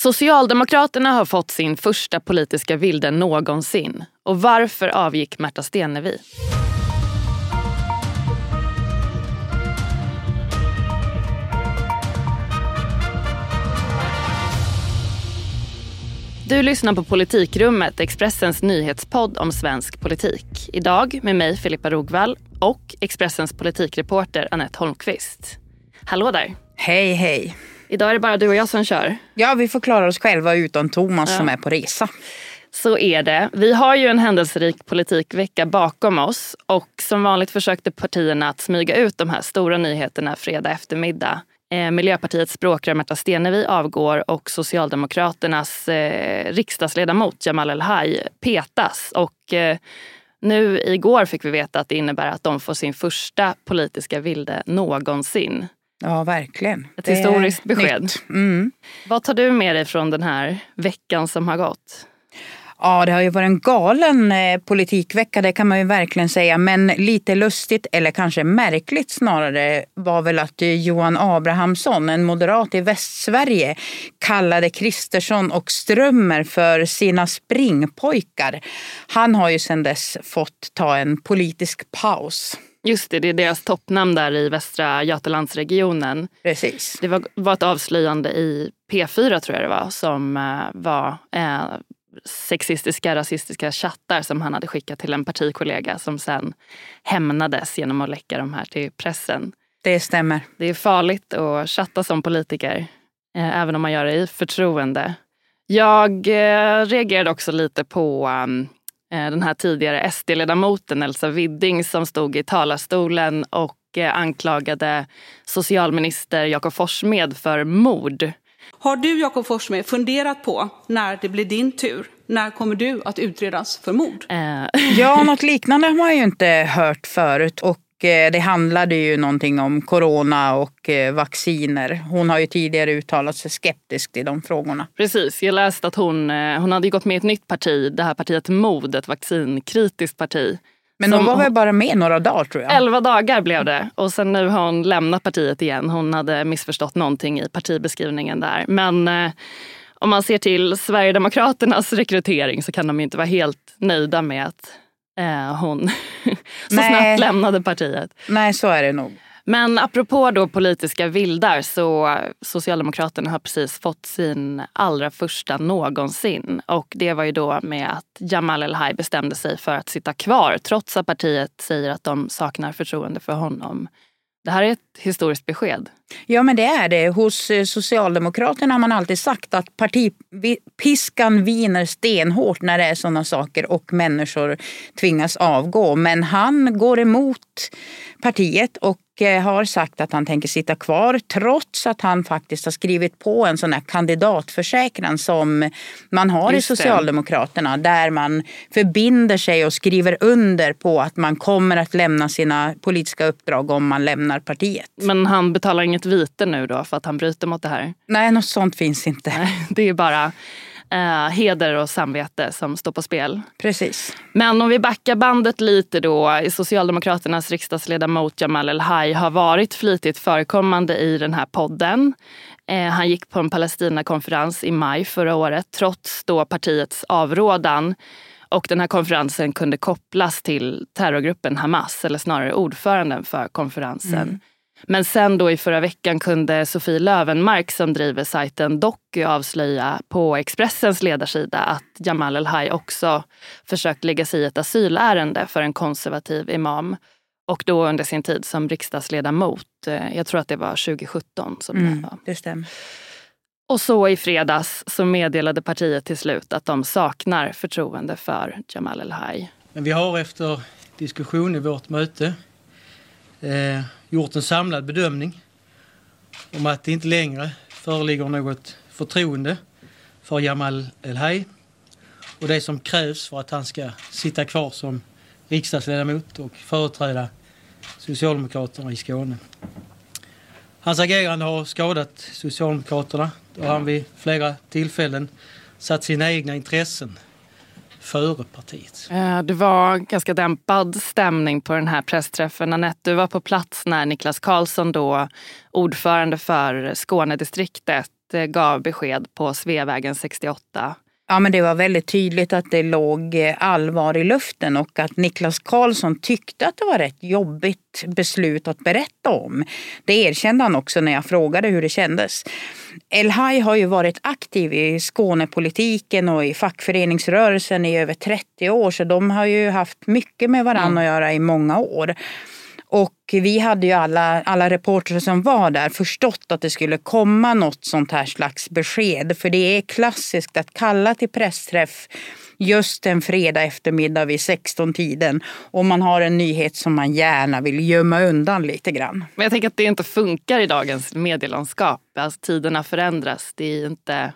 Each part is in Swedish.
Socialdemokraterna har fått sin första politiska vilde någonsin. Och varför avgick Märta Stenevi? Du lyssnar på Politikrummet, Expressens nyhetspodd om svensk politik. Idag med mig, Filippa Rogvall, och Expressens politikreporter Annette Holmqvist. Hallå där. Hej, hej. Idag är det bara du och jag som kör. Ja, vi får klara oss själva utan Thomas som är på resa. Så är det. Vi har ju en händelserik politikvecka bakom oss. Och som vanligt försökte partierna att smyga ut de här stora nyheterna fredag eftermiddag. Miljöpartiets språkrör Märta Stenevi avgår och Socialdemokraternas riksdagsledamot Jamal El-Haj petas. Och nu igår fick vi veta att det innebär att de får sin första politiska vilde någonsin. Ja, verkligen. Ett historiskt besked. Vad tar du med dig från den här veckan som har gått? Ja, det har ju varit en galen politikvecka, det kan man ju verkligen säga. Men lite lustigt, eller kanske märkligt snarare, var väl att Johan Abrahamsson, en moderat i Västsverige, kallade Kristersson och Strömmer för sina springpojkar. Han har ju sedan dess fått ta en politisk paus. Just det är deras toppnamn där i Västra Götalandsregionen. Precis. Det var ett avslöjande i P4 tror jag det var, som var sexistiska, rasistiska chattar som han hade skickat till en partikollega som sen hämnades genom att läcka de här till pressen. Det stämmer. Det är farligt att chatta som politiker, även om man gör det i förtroende. Jag reagerade också lite på den här tidigare SD-ledamoten Elsa Widding som stod i talarstolen och anklagade socialminister Jakob Forssmed för mord. Har du, Jakob Forssmed, funderat på när det blir din tur? När kommer du att utredas för mord? Ja, något liknande har man ju inte hört förut. Och det handlade ju någonting om corona och vacciner. Hon har ju tidigare uttalat sig skeptiskt i de frågorna. Precis, jag läste att hon hade gått med i ett nytt parti. Det här partiet MOD, ett vaccinkritiskt parti. Men hon var väl bara med några dagar tror jag. 11 dagar blev det. Och sen nu har hon lämnat partiet igen. Hon hade missförstått någonting i partibeskrivningen där. Men om man ser till Sverigedemokraternas rekrytering så kan de ju inte vara helt nöjda med att hon snabbt lämnade partiet. Nej, så är det nog. Men apropå då politiska vildar så Socialdemokraterna har precis fått sin allra första någonsin. Och det var ju då med att Jamal El-Haj bestämde sig för att sitta kvar trots att partiet säger att de saknar förtroende för honom. Det här är ett historiskt besked. Ja, men det är det. Hos Socialdemokraterna har man alltid sagt att partipiskan viner stenhårt när det är sådana saker och människor tvingas avgå. Men han går emot partiet och har sagt att han tänker sitta kvar trots att han faktiskt har skrivit på en sån här kandidatförsäkran som man har i Socialdemokraterna där man förbinder sig och skriver under på att man kommer att lämna sina politiska uppdrag om man lämnar partiet. Men han betalar inget vite nu då för att han bryter mot det här? Nej, något sånt finns inte. Nej, det är bara heder och samvete som står på spel. Precis. Men om vi backar bandet lite då, Socialdemokraternas riksdagsledamot Jamal El-Haj har varit flitigt förekommande i den här podden. Han gick på en Palestina-konferens i maj förra året trots då partiets avrådan. Och den här konferensen kunde kopplas till terrorgruppen Hamas, eller snarare ordföranden för konferensen. Men sen då i förra veckan kunde Sofie Lövenmark som driver sajten Doku avslöja på Expressens ledarsida att Jamal El-Haj också försökt lägga sig i ett asylärende för en konservativ imam. Och då under sin tid som riksdagsledamot, jag tror att det var 2017 som det var. Det stämmer. Och så i fredags så meddelade partiet till slut att de saknar förtroende för Jamal El-Haj. Men vi har efter diskussion i vårt möte gjort en samlad bedömning om att det inte längre föreligger något förtroende för Jamal El-Haj och det som krävs för att han ska sitta kvar som riksdagsledamot och företräda Socialdemokraterna i Skåne. Hans agerande har skadat Socialdemokraterna och han vid flera tillfällen satt sina egna intressen före partiet. Det var ganska dämpad stämning på den här pressträffen. Annette, du var på plats när Niklas Karlsson, då ordförande för Skånedistriktet, gav besked på Sveavägen 68. Ja, men det var väldigt tydligt att det låg allvar i luften och att Niklas Karlsson tyckte att det var ett jobbigt beslut att berätta om. Det erkände han också när jag frågade hur det kändes. El-Haj har ju varit aktiv i Skånepolitiken och i fackföreningsrörelsen i över 30 år, så de har ju haft mycket med varandra att göra i många år. Och vi hade ju alla reportrar som var där förstått att det skulle komma något sånt här slags besked. För det är klassiskt att kalla till pressträff just en fredag eftermiddag vid 16-tiden. Och man har en nyhet som man gärna vill gömma undan lite grann. Men jag tänker att det inte funkar i dagens medielandskap. Alltså, tiderna förändras. Det är inte...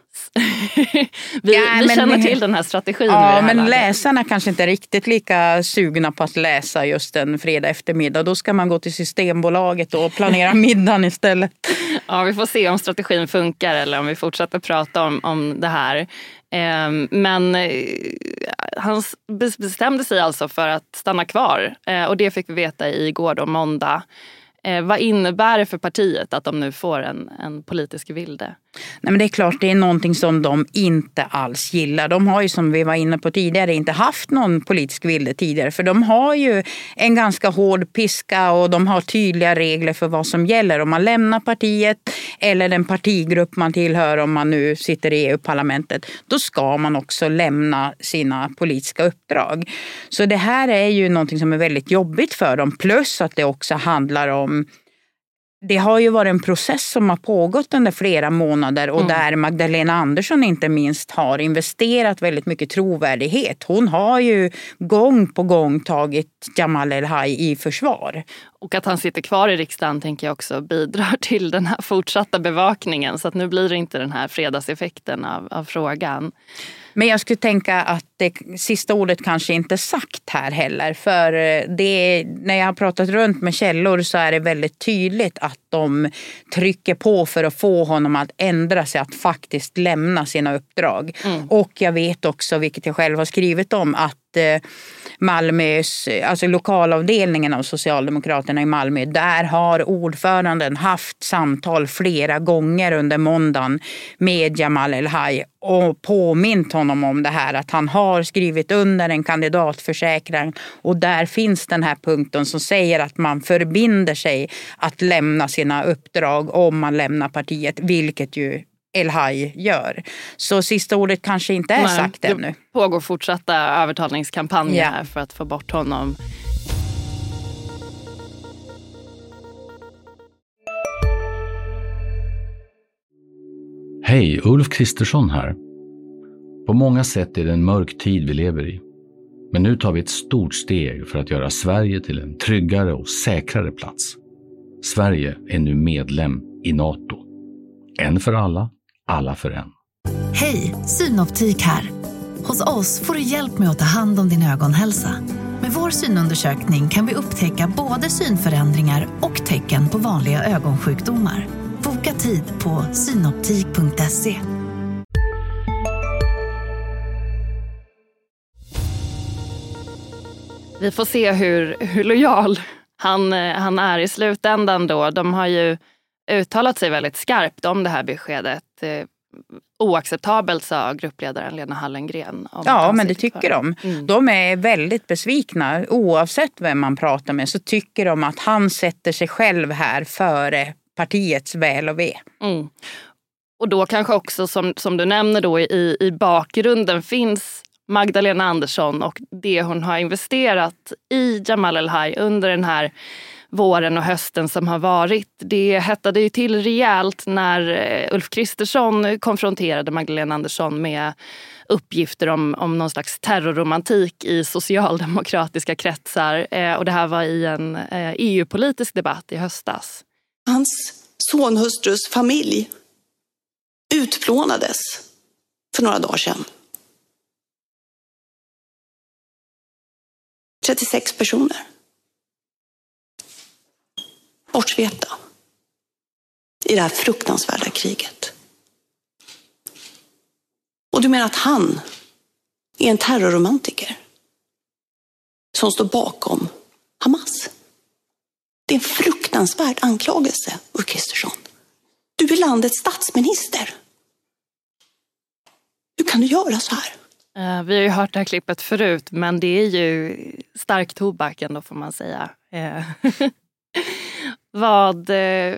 vi känner till den här strategin. Ja, men läsarna kanske inte är riktigt lika sugna på att läsa just en fredag eftermiddag. Då ska man gå till Systembolaget och planera middagen istället. Ja, vi får se om strategin funkar eller om vi fortsätter prata om det här. Men han bestämde sig alltså för att stanna kvar. Och det fick vi veta igår då, måndag. Vad innebär det för partiet att de nu får en politisk vilde? Nej, men det är klart, det är någonting som de inte alls gillar. De har ju, som vi var inne på tidigare, inte haft någon politisk vilde tidigare. För de har ju en ganska hård piska och de har tydliga regler för vad som gäller. Om man lämnar partiet eller den partigrupp man tillhör, om man nu sitter i EU-parlamentet, då ska man också lämna sina politiska uppdrag. Så det här är ju någonting som är väldigt jobbigt för dem. Plus att det också handlar om... Det har ju varit en process som har pågått under flera månader och där Magdalena Andersson inte minst har investerat väldigt mycket trovärdighet. Hon har ju gång på gång tagit Jamal El-Haj i försvar. Och att han sitter kvar i riksdagen tänker jag också bidrar till den här fortsatta bevakningen. Så att nu blir det inte den här fredagseffekten av frågan. Men jag skulle tänka att det sista ordet kanske inte är sagt här heller. För när jag har pratat runt med källor så är det väldigt tydligt att de trycker på för att få honom att ändra sig, att faktiskt lämna sina uppdrag. Och jag vet också, vilket jag själv har skrivit om, att Malmös, alltså lokalavdelningen av Socialdemokraterna i Malmö, där har ordföranden haft samtal flera gånger under måndagen med Jamal El-Haj och påmint honom om det här, att han har skrivit under en kandidatförsäkran och där finns den här punkten som säger att man förbinder sig att lämna sina uppdrag om man lämnar partiet, vilket ju El-Haj gör. Så sista ordet kanske inte är sagt ännu. Det pågår fortsatta övertalningskampanjer här för att få bort honom. Hej, Ulf Kristersson här. På många sätt är det en mörk tid vi lever i. Men nu tar vi ett stort steg för att göra Sverige till en tryggare och säkrare plats. Sverige är nu medlem i NATO. En för alla, alla för en. Hej, Synoptik här. Hos oss får du hjälp med att ta hand om din ögonhälsa. Med vår synundersökning kan vi upptäcka både synförändringar och tecken på vanliga ögonsjukdomar. Boka tid på synoptik.se. Vi får se hur lojal han är i slutändan då. De har ju uttalat sig väldigt skarpt om det här beskedet. Oacceptabelt, sa gruppledaren Lena Hallengren. Ja, men det tycker de. De är väldigt besvikna. Oavsett vem man pratar med så tycker de att han sätter sig själv här före partiets väl och ve. Och då kanske också, som du nämner då, i bakgrunden finns Magdalena Andersson och det hon har investerat i Jamal El-Haj under den här våren och hösten som har varit. Det hettade ju till rejält när Ulf Kristersson konfronterade Magdalena Andersson med uppgifter om någon slags terrorromantik i socialdemokratiska kretsar. Och det här var i en EU-politisk debatt i höstas. Hans sonhustrus familj utplånades för några dagar sedan. 36 personer. Bortsveta i det här fruktansvärda kriget. Och du menar att han är en terrorromantiker som står bakom Hamas? Det är en fruktansvärd anklagelse, Ulf Kristersson. Du är landets statsminister. kan du göra så här? Vi har ju hört det här klippet förut, men det är ju stark tobak ändå, får man säga. Vad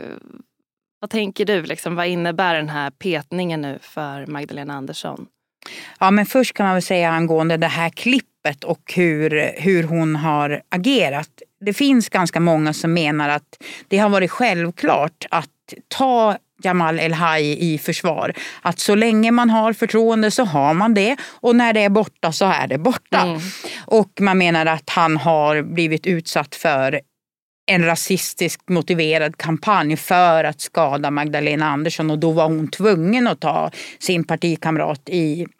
tänker du? Liksom, vad innebär den här petningen nu för Magdalena Andersson? Ja, men först kan man väl säga angående det här klippet och hur hon har agerat. Det finns ganska många som menar att det har varit självklart att ta Jamal El-Haj i försvar. Att så länge man har förtroende så har man det, och när det är borta så är det borta. Och man menar att han har blivit utsatt för en rasistiskt motiverad kampanj för att skada Magdalena Andersson, och då var hon tvungen att ta sin partikamrat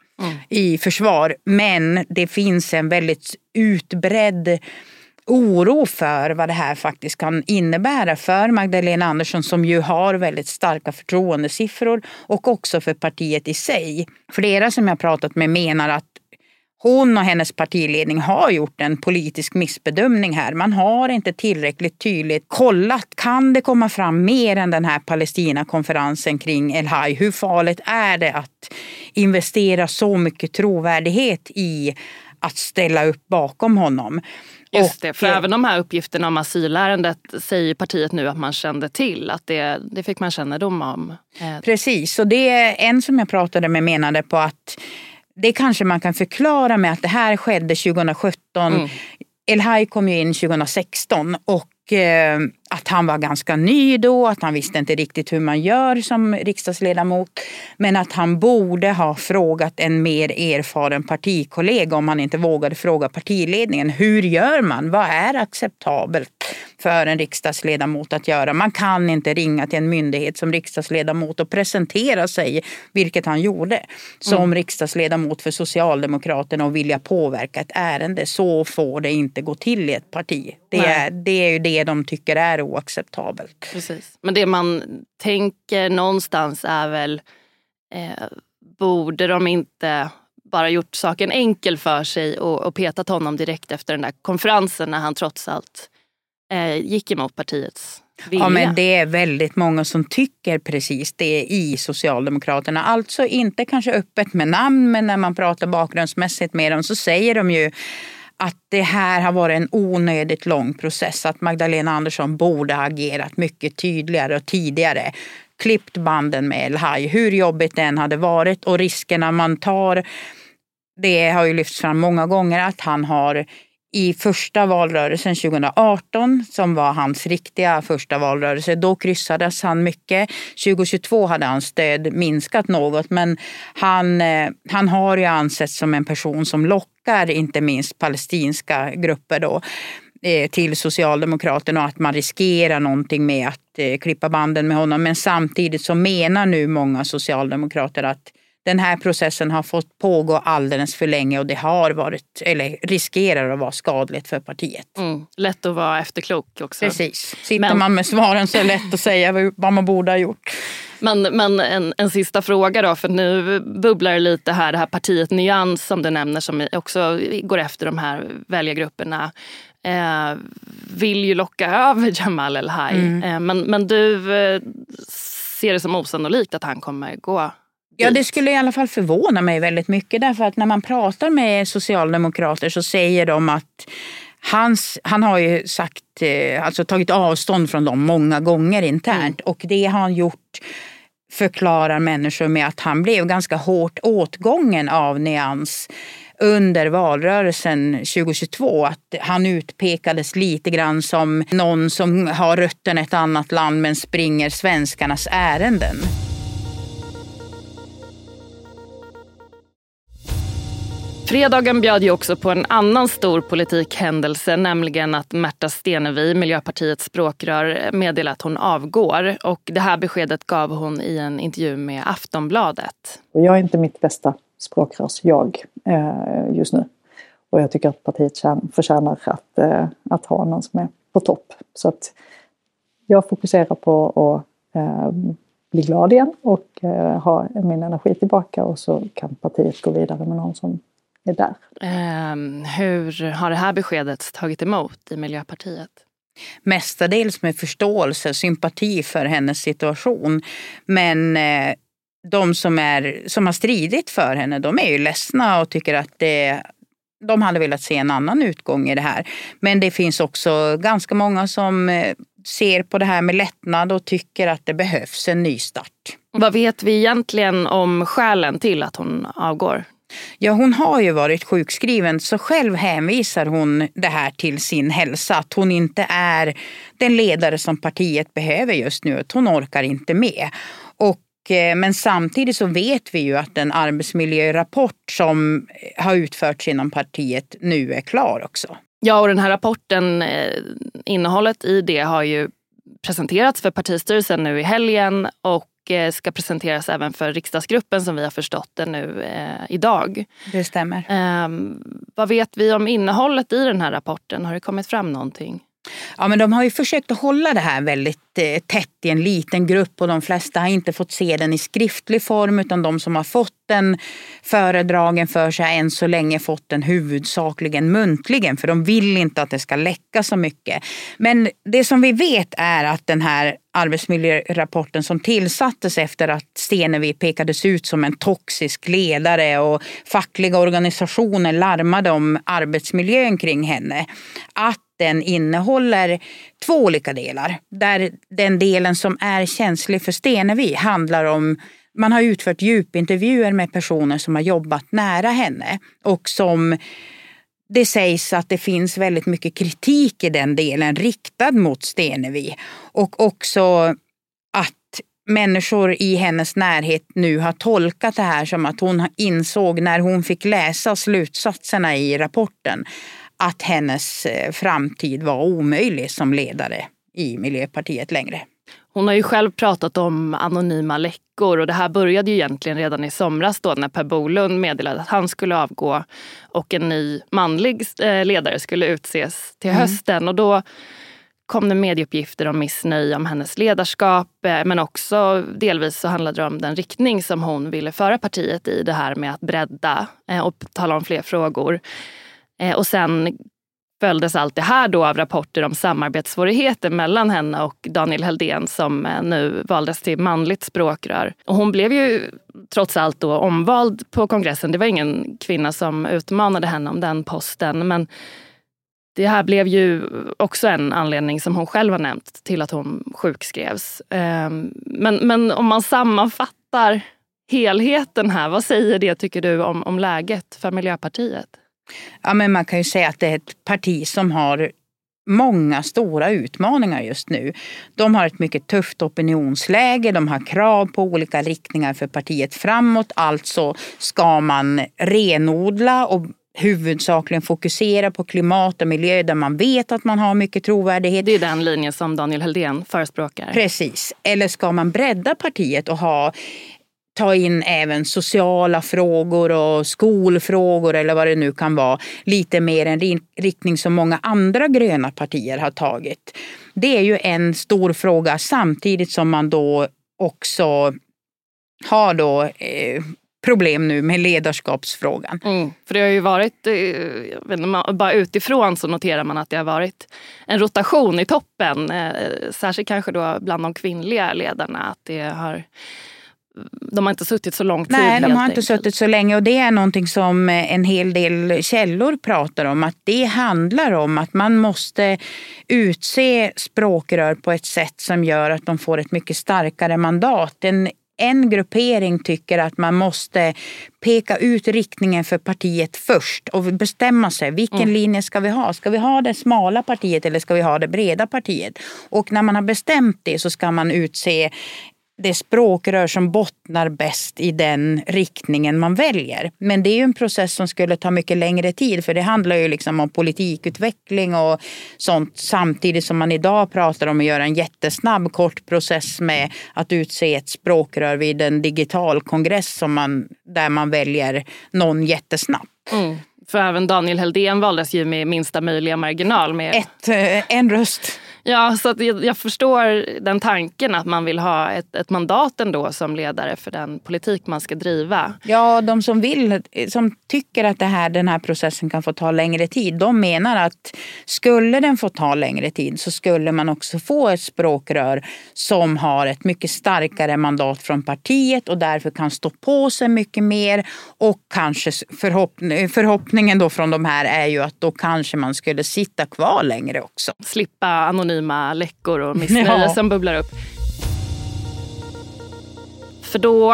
i försvar. Men det finns en väldigt utbredd oro för vad det här faktiskt kan innebära för Magdalena Andersson, som ju har väldigt starka förtroendesiffror, och också för partiet i sig. Flera som jag pratat med menar att hon och hennes partiledning har gjort en politisk missbedömning här. Man har inte tillräckligt tydligt kollat, kan det komma fram mer än den här Palestina-konferensen kring El-Haj? Hur farligt är det att investera så mycket trovärdighet i att ställa upp bakom honom? Just det, för även de här uppgifterna om asylärendet säger partiet nu att man kände till, att det fick man kännedom om. Precis, och det är en som jag pratade med menade på att det kanske man kan förklara med att det här skedde 2017. El-Haj kom ju in 2016 och att han var ganska ny då, att han visste inte riktigt hur man gör som riksdagsledamot, men att han borde ha frågat en mer erfaren partikollega om han inte vågade fråga partiledningen. Hur gör man? Vad är acceptabelt för en riksdagsledamot att göra? Man kan inte ringa till en myndighet som riksdagsledamot och presentera sig, vilket han gjorde, som riksdagsledamot för Socialdemokraterna och vilja påverka ett ärende. Så får det inte gå till i ett parti. Det är ju det de tycker är oacceptabelt. Precis. Men det man tänker någonstans är väl, borde de inte bara gjort saken enkel för sig och petat honom direkt efter den där konferensen när han trots allt gick emot partiets vilja? Ja, men det är väldigt många som tycker precis det i Socialdemokraterna. Alltså inte kanske öppet med namn, men när man pratar bakgrundsmässigt med dem så säger de ju att det här har varit en onödigt lång process. Att Magdalena Andersson borde ha agerat mycket tydligare och tidigare. Klippt banden med El-Haj, hur jobbigt den hade varit och riskerna man tar. Det har ju lyfts fram många gånger att han har i första valrörelsen 2018, som var hans riktiga första valrörelse, då kryssades han mycket. 2022 hade hans stöd minskat något, men han har ju ansetts som en person som lockar inte minst palestinska grupper då till Socialdemokraterna, och att man riskerar någonting med att klippa banden med honom. Men samtidigt så menar nu många socialdemokrater att den här processen har fått pågå alldeles för länge och det har varit, eller riskerar att vara skadligt för partiet. Lätt att vara efterklok också. Precis. Sitter man med svaren så är det lätt att säga vad man borde ha gjort. Men en sista fråga då, för nu bubblar det lite här, det här partiet Nyans som du nämner, som också går efter de här väljargrupperna. Vill ju locka över Jamal El-Haj. Men du ser det som osannolikt att han kommer gå. Ja, det skulle i alla fall förvåna mig väldigt mycket, därför att när man pratar med socialdemokrater så säger de att han har ju sagt, alltså tagit avstånd från dem många gånger internt, och det har han gjort, förklarar människor med att han blev ganska hårt åtgången av Nyans under valrörelsen 2022, att han utpekades lite grann som någon som har rötten ett annat land men springer svenskarnas ärenden. Fredagen bjöd ju också på en annan stor politikhändelse, nämligen att Märta Stenevi, Miljöpartiets språkrör, meddelade att hon avgår. Och det här beskedet gav hon i en intervju med Aftonbladet. Och jag är inte mitt bästa språkrörs just nu. Och jag tycker att partiet förtjänar att ha någon som är på topp. Så att jag fokuserar på att bli glad igen och ha min energi tillbaka. Och så kan partiet gå vidare med någon som är där. Hur har det här beskedet tagit emot i Miljöpartiet? Mestadels med förståelse, sympati för hennes situation. Men de som har stridit för henne, de är ju ledsna och tycker att de hade velat se en annan utgång i det här. Men det finns också ganska många som ser på det här med lättnad och tycker att det behövs en ny start. Vad vet vi egentligen om skälen till att hon avgår? Ja, hon har ju varit sjukskriven, så själv hänvisar hon det här till sin hälsa. Att hon inte är den ledare som partiet behöver just nu. Att hon orkar inte med. Men samtidigt så vet vi ju att en arbetsmiljörapport som har utförts inom partiet nu är klar också. Ja, och den här rapporten, innehållet i det har ju presenterats för partistyrelsen nu i helgen och ska presenteras även för riksdagsgruppen som vi har förstått det nu idag. Det stämmer. Vad vet vi om innehållet i den här rapporten? Har det kommit fram någonting? Ja, men de har ju försökt att hålla det här väldigt tätt i en liten grupp och de flesta har inte fått se den i skriftlig form, utan de som har fått den föredragen för sig har än så länge fått den huvudsakligen muntligen, för de vill inte att det ska läcka så mycket. Men det som vi vet är att den här arbetsmiljörapporten som tillsattes efter att Stenevi pekades ut som en toxisk ledare och fackliga organisationer larmade om arbetsmiljön kring henne, att den innehåller 2 olika delar. Där den delen som är känslig för Stenevi handlar om, man har utfört djupintervjuer med personer som har jobbat nära henne och som det sägs att det finns väldigt mycket kritik i den delen riktad mot Stenevi, och också att människor i hennes närhet nu har tolkat det här som att hon insåg när hon fick läsa slutsatserna i rapporten att hennes framtid var omöjlig som ledare i Miljöpartiet längre. Hon har ju själv pratat om anonyma läckor och det här började ju egentligen redan i somras då när Per Bolund meddelade att han skulle avgå och en ny manlig ledare skulle utses till hösten. Och då kom det medieuppgifter om missnöje om hennes ledarskap, men också delvis så handlade det om den riktning som hon ville föra partiet i, det här med att bredda och tala om fler frågor. Och sen följdes allt det här då av rapporter om samarbetssvårigheter mellan henne och Daniel Heldén som nu valdes till manligt språkrör. Och hon blev ju trots allt då omvald på kongressen. Det var ingen kvinna som utmanade henne om den posten, men det här blev ju också en anledning som hon själv har nämnt till att hon sjukskrevs. Men om man sammanfattar helheten här, vad säger det tycker du om läget för Miljöpartiet? Ja, men man kan ju säga att det är ett parti som har många stora utmaningar just nu. De har ett mycket tufft opinionsläge, de har krav på olika riktningar för partiet framåt. Alltså ska man renodla och huvudsakligen fokusera på klimat och miljö där man vet att man har mycket trovärdighet. Det är den linjen som Daniel Heldén förespråkar. Precis. Eller ska man bredda partiet och ta in även sociala frågor och skolfrågor eller vad det nu kan vara. Lite mer en riktning som många andra gröna partier har tagit. Det är ju en stor fråga samtidigt som man då också har problem nu med ledarskapsfrågan. För det har ju varit, bara utifrån så noterar man att det har varit en rotation i toppen. Särskilt kanske då bland de kvinnliga ledarna att de har inte suttit så lång tid. Nej, de har inte suttit så länge och det är någonting som en hel del källor pratar om. Att det handlar om att man måste utse språkrör på ett sätt som gör att de får ett mycket starkare mandat. En gruppering tycker att man måste peka ut riktningen för partiet först och bestämma sig. Vilken linje ska vi ha? Ska vi ha det smala partiet eller ska vi ha det breda partiet? Och när man har bestämt det så ska man utse det språkrör som bottnar bäst i den riktningen man väljer. Men det är ju en process som skulle ta mycket längre tid för det handlar ju liksom om politikutveckling och sånt samtidigt som man idag pratar om att göra en jättesnabb kort process med att utse ett språkrör vid en digital kongress där man väljer någon jättesnabbt. För även Daniel Heldén valdes ju med minsta möjliga marginal. En röst. Ja, så att jag förstår den tanken att man vill ha ett mandat ändå som ledare för den politik man ska driva. Ja, de som tycker att den här processen kan få ta längre tid, de menar att skulle den få ta längre tid så skulle man också få ett språkrör som har ett mycket starkare mandat från partiet och därför kan stå på sig mycket mer, och kanske förhoppningen då från de här är ju att då kanske man skulle sitta kvar längre också. Slippa anonyma läckor och missnöje som bubblar upp. För då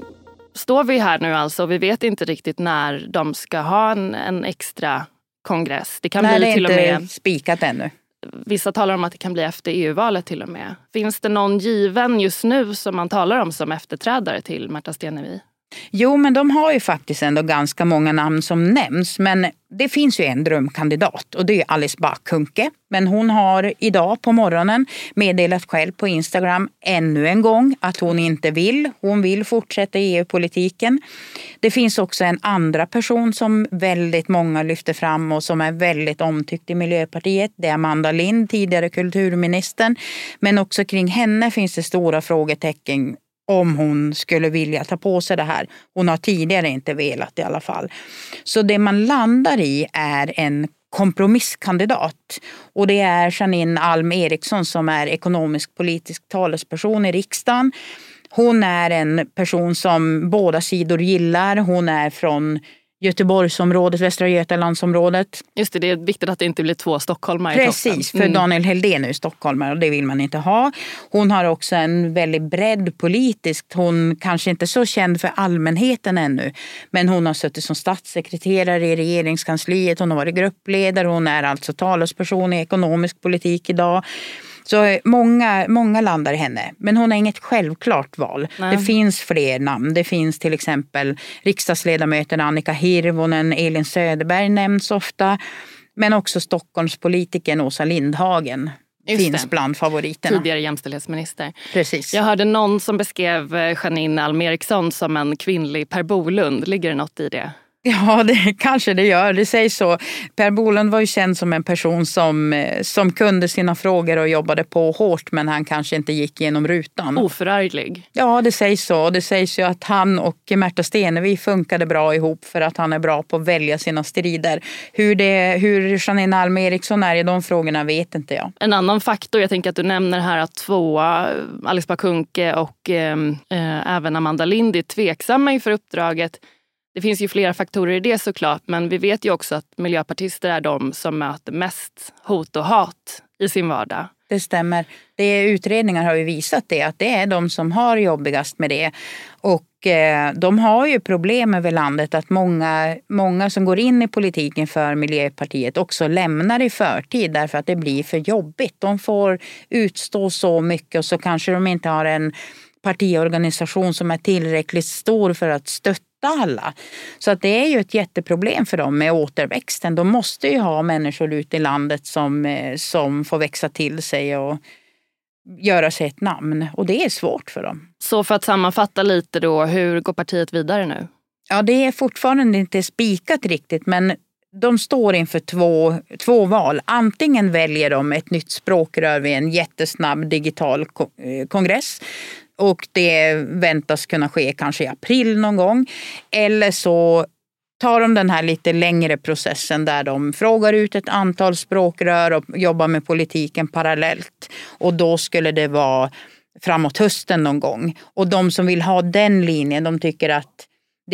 står vi här nu alltså och vi vet inte riktigt när de ska ha en extra kongress. Det kan bli till och med... det är inte spikat ännu. Vissa talar om att det kan bli efter EU-valet till och med. Finns det någon given just nu som man talar om som efterträdare till Märta Stenevi? Jo, men de har ju faktiskt ändå ganska många namn som nämns. Men det finns ju en drömkandidat och det är Alice Bah Kuhnke. Men hon har idag på morgonen meddelat själv på Instagram ännu en gång att hon inte vill. Hon vill fortsätta i EU-politiken. Det finns också en andra person som väldigt många lyfter fram och som är väldigt omtyckt i Miljöpartiet. Det är Amanda Lind, tidigare kulturministern. Men också kring henne finns det stora frågetecken om hon skulle vilja ta på sig det här. Hon har tidigare inte velat i alla fall. Så det man landar i är en kompromisskandidat. Och det är Janine Alm Ericson som är ekonomisk politisk talesperson i riksdagen. Hon är en person som båda sidor gillar. Hon är från Göteborgsområdet, Västra Götalandsområdet. Just det är viktigt att det inte blir 2 stockholmare i Precis, för Daniel Heldén är ju stockholmare och det vill man inte ha. Hon har också en väldigt bredd politiskt. Hon kanske inte är så känd för allmänheten ännu. Men hon har suttit som statssekreterare i regeringskansliet. Hon har varit gruppledare. Hon är alltså talesperson i ekonomisk politik idag. Så många landar i henne. Men hon har inget självklart val. Nej. Det finns fler namn. Det finns till exempel riksdagsledamöterna Annika Hirvonen, Elin Söderberg nämns ofta. Men också Stockholmspolitikern Åsa Lindhagen finns bland favoriterna. Tidigare jämställdhetsminister. Precis. Jag hörde någon som beskrev Janine Alm Ericson som en kvinnlig Per Bolund. Ligger det något i det? Ja, kanske det gör. Det sägs så. Per Bolund var ju känd som en person som kunde sina frågor och jobbade på hårt, men han kanske inte gick genom rutan. Oförarglig. Ja, det sägs så. Det sägs ju att han och Märta Stenevi funkade bra ihop för att han är bra på att välja sina strider. Hur Janine Alm Ericson är i de frågorna vet inte jag. En annan faktor, jag tänker att du nämner här att 2, Alice Bah Kuhnke och även Amanda Lind är tveksamma inför uppdraget. Det finns ju flera faktorer i det såklart, men vi vet ju också att miljöpartister är de som möter mest hot och hat i sin vardag. Det stämmer. Utredningar har ju visat det, att det är de som har jobbigast med det. Och de har ju problem över landet att många som går in i politiken för Miljöpartiet också lämnar i förtid därför att det blir för jobbigt. De får utstå så mycket och så kanske de inte har en partiorganisation som är tillräckligt stor för att stötta alla. Så att det är ju ett jätteproblem för dem med återväxten. De måste ju ha människor ute i landet som får växa till sig och göra sig ett namn. Och det är svårt för dem. Så för att sammanfatta lite då, hur går partiet vidare nu? Ja, det är fortfarande inte spikat riktigt, men de står inför två val. Antingen väljer de ett nytt språkrör vid en jättesnabb digital kongress. Och det väntas kunna ske kanske i april någon gång. Eller så tar de den här lite längre processen där de frågar ut ett antal språkrör och jobbar med politiken parallellt. Och då skulle det vara framåt hösten någon gång. Och de som vill ha den linjen, de tycker att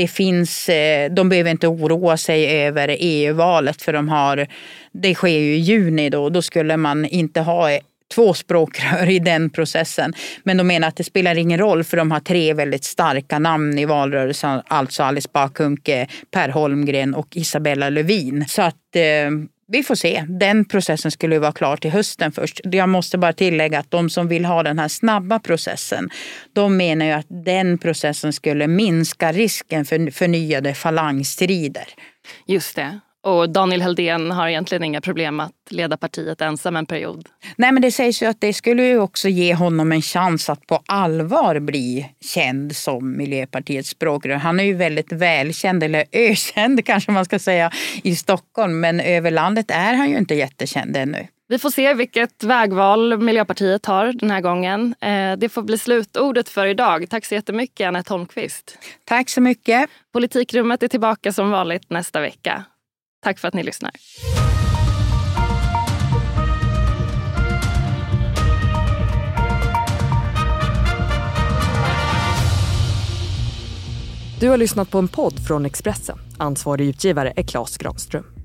de behöver inte oroa sig över EU-valet för det sker ju i juni då. Då skulle man inte ha 2 språkrör i den processen. Men de menar att det spelar ingen roll för de har 3 väldigt starka namn i valrörelsen. Alltså Alice Bah Kuhnke, Per Holmgren och Isabella Lövin. Så att vi får se. Den processen skulle vara klar till hösten först. Jag måste bara tillägga att de som vill ha den här snabba processen, de menar ju att den processen skulle minska risken för förnyade falangstrider. Just det. Och Daniel Heldén har egentligen inga problem att leda partiet ensam en period. Nej, men det sägs ju att det skulle ju också ge honom en chans att på allvar bli känd som Miljöpartiets språkrör. Han är ju väldigt välkänd, eller ökänd kanske man ska säga, i Stockholm. Men över landet är han ju inte jättekänd ännu. Vi får se vilket vägval Miljöpartiet har den här gången. Det får bli slutordet för idag. Tack så jättemycket, Anette Holmqvist. Tack så mycket. Politikrummet är tillbaka som vanligt nästa vecka. Tack för att ni lyssnar. Du har lyssnat på en podd från Expressen. Ansvarig utgivare är Claes Granström.